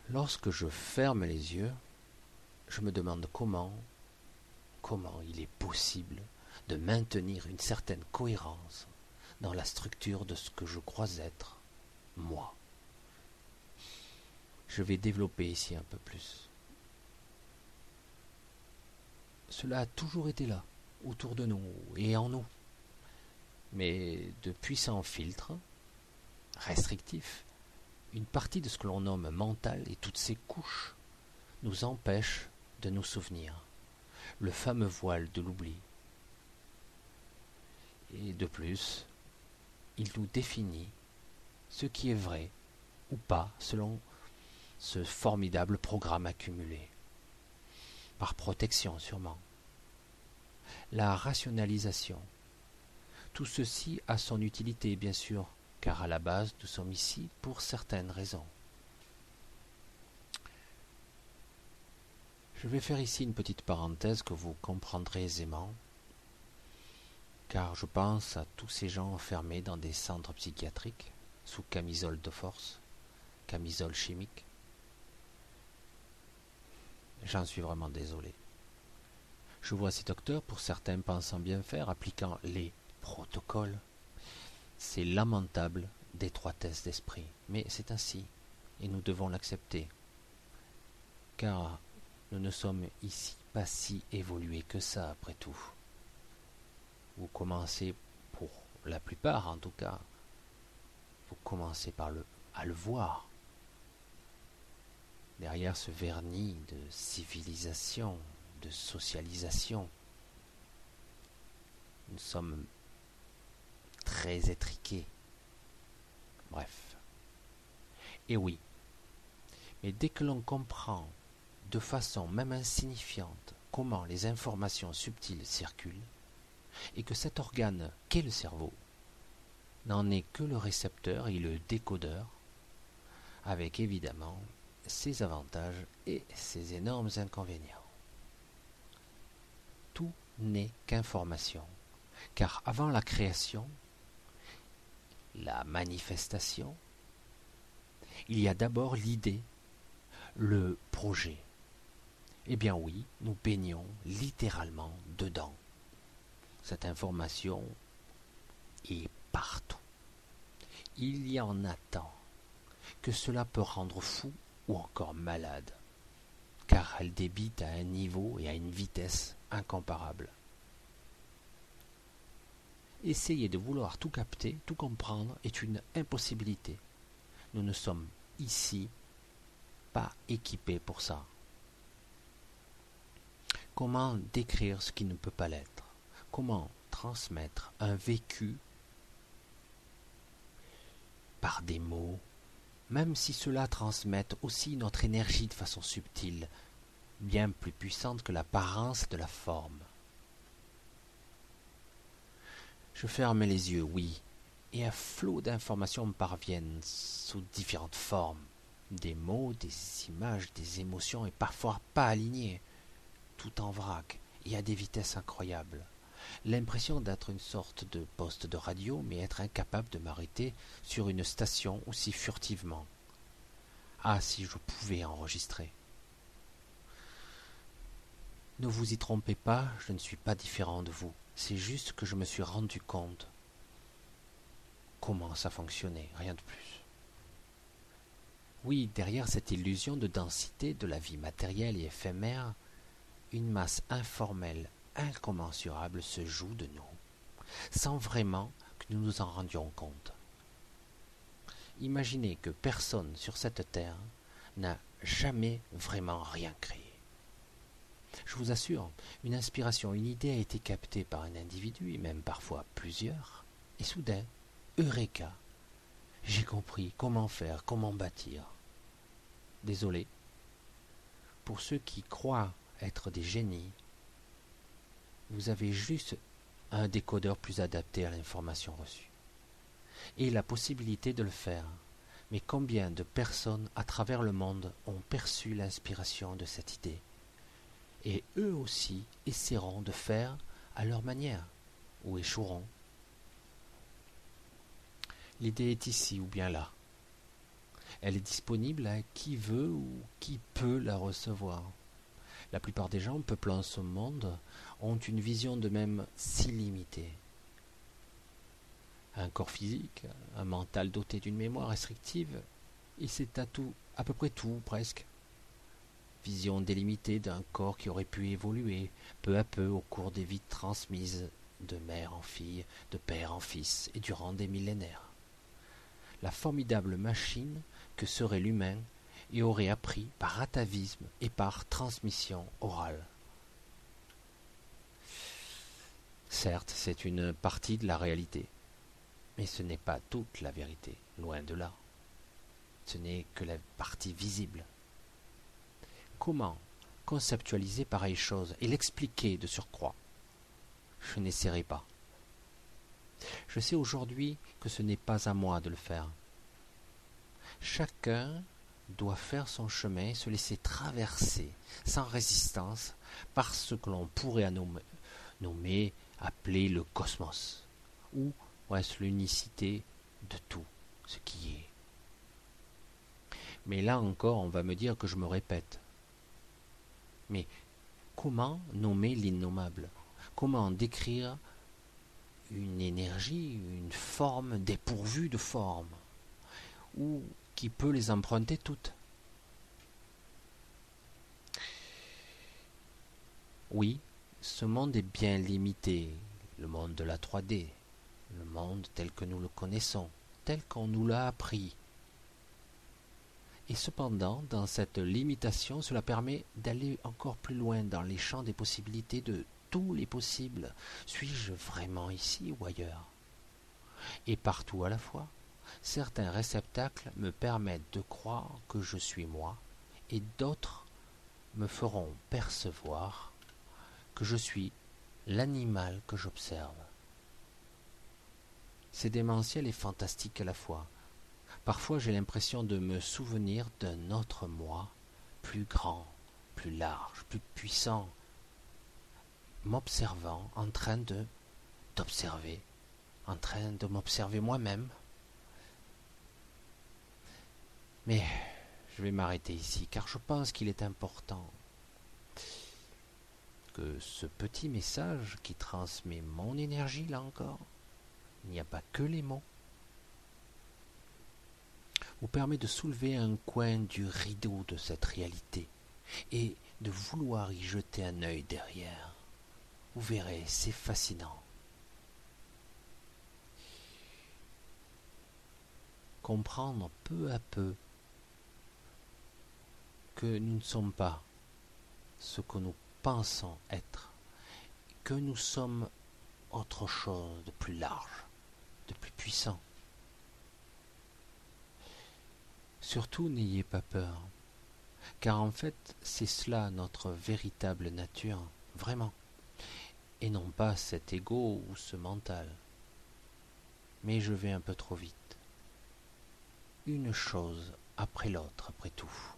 Lorsque je ferme les yeux, je me demande comment il est possible de maintenir une certaine cohérence dans la structure de ce que je crois être, moi. Je vais développer ici un peu plus. Cela a toujours été là, autour de nous et en nous. Mais de puissants filtres, restrictifs, une partie de ce que l'on nomme mental et toutes ses couches nous empêchent de nous souvenir. Le fameux voile de l'oubli. Et de plus, il nous définit ce qui est vrai ou pas selon ce formidable programme accumulé. Par protection sûrement. La rationalisation. Tout ceci a son utilité bien sûr, car à la base nous sommes ici pour certaines raisons. Je vais faire ici une petite parenthèse que vous comprendrez aisément, car je pense à tous ces gens enfermés dans des centres psychiatriques, sous camisole de force, camisole chimique. J'en suis vraiment désolé. Je vois ces docteurs, pour certains pensant bien faire, appliquant les protocoles. C'est lamentable d'étroitesse d'esprit, mais c'est ainsi, et nous devons l'accepter, car nous ne sommes ici pas si évolués que ça, après tout. Vous commencez, pour la plupart en tout cas, vous commencez à le voir. Derrière ce vernis de civilisation, de socialisation, nous sommes très étriqués. Bref. Et oui, mais dès que l'on comprend de façon même insignifiante comment les informations subtiles circulent, et que cet organe qu'est le cerveau n'en est que le récepteur et le décodeur, avec évidemment ses avantages et ses énormes inconvénients. Tout n'est qu'information, car avant la création, la manifestation, il y a d'abord l'idée, le projet. Eh bien oui, nous baignons littéralement dedans. Cette information est partout. Il y en a tant que cela peut rendre fou ou encore malade, car elle débite à un niveau et à une vitesse incomparables. Essayer de vouloir tout capter, tout comprendre est une impossibilité. Nous ne sommes ici pas équipés pour ça. Comment décrire ce qui ne peut pas l'être? Comment transmettre un vécu par des mots, même si cela transmette aussi notre énergie de façon subtile, bien plus puissante que l'apparence de la forme. Je ferme les yeux, oui, et un flot d'informations me parviennent sous différentes formes, des mots, des images, des émotions, et parfois pas alignées, tout en vrac, et à des vitesses incroyables. L'impression d'être une sorte de poste de radio, mais être incapable de m'arrêter sur une station aussi furtivement. Ah, si je pouvais enregistrer. Ne vous y trompez pas, je ne suis pas différent de vous. C'est juste que je me suis rendu compte comment ça fonctionnait, rien de plus. Oui, derrière cette illusion de densité de la vie matérielle et éphémère, une masse informelle, incommensurable se joue de nous, sans vraiment que nous nous en rendions compte. Imaginez que personne sur cette terre n'a jamais vraiment rien créé. Je vous assure, une inspiration, une idée a été captée par un individu, et même parfois plusieurs, et soudain, eureka, j'ai compris comment faire, comment bâtir. Désolé, pour ceux qui croient être des génies, vous avez juste un décodeur plus adapté à l'information reçue, et la possibilité de le faire. Mais combien de personnes à travers le monde ont perçu l'inspiration de cette idée, et eux aussi essaieront de faire à leur manière, ou échoueront. L'idée est ici ou bien là. Elle est disponible à qui veut ou qui peut la recevoir. La plupart des gens peuplant ce monde ont une vision de même si limitée. Un corps physique, un mental doté d'une mémoire restrictive, et c'est à peu près tout presque. Vision délimitée d'un corps qui aurait pu évoluer peu à peu au cours des vies transmises de mère en fille, de père en fils et durant des millénaires. La formidable machine que serait l'humain et aurait appris par atavisme et par transmission orale. Certes, c'est une partie de la réalité, mais ce n'est pas toute la vérité, loin de là. Ce n'est que la partie visible. Comment conceptualiser pareille chose et l'expliquer de surcroît? Je n'essaierai pas. Je sais aujourd'hui que ce n'est pas à moi de le faire. Chacun doit faire son chemin et se laisser traverser sans résistance par ce que l'on pourrait appeler le cosmos, ou est-ce l'unicité de tout ce qui est. Mais là encore, on va me dire que je me répète. Mais comment nommer l'innommable? Comment décrire une énergie, une forme dépourvue de forme, ou qui peut les emprunter toutes? Oui, ce monde est bien limité, le monde de la 3D, le monde tel que nous le connaissons, tel qu'on nous l'a appris. Et cependant, dans cette limitation, cela permet d'aller encore plus loin dans les champs des possibilités de tous les possibles. Suis-je vraiment ici ou ailleurs? Et partout à la fois, certains réceptacles me permettent de croire que je suis moi, et d'autres me feront percevoir que je suis l'animal que j'observe. C'est démentiel et fantastique à la fois. Parfois j'ai l'impression de me souvenir d'un autre moi, plus grand, plus large, plus puissant, m'observant, en train d'observer, en train de m'observer moi-même. Mais je vais m'arrêter ici, car je pense qu'il est important que ce petit message qui transmet mon énergie, là encore, il n'y a pas que les mots, vous permet de soulever un coin du rideau de cette réalité et de vouloir y jeter un œil derrière. Vous verrez, c'est fascinant. Comprendre peu à peu que nous ne sommes pas ce que nous pensons être, que nous sommes autre chose de plus large, de plus puissant. Surtout n'ayez pas peur, car en fait c'est cela notre véritable nature, vraiment, et non pas cet ego ou ce mental. Mais je vais un peu trop vite. Une chose après l'autre, après tout.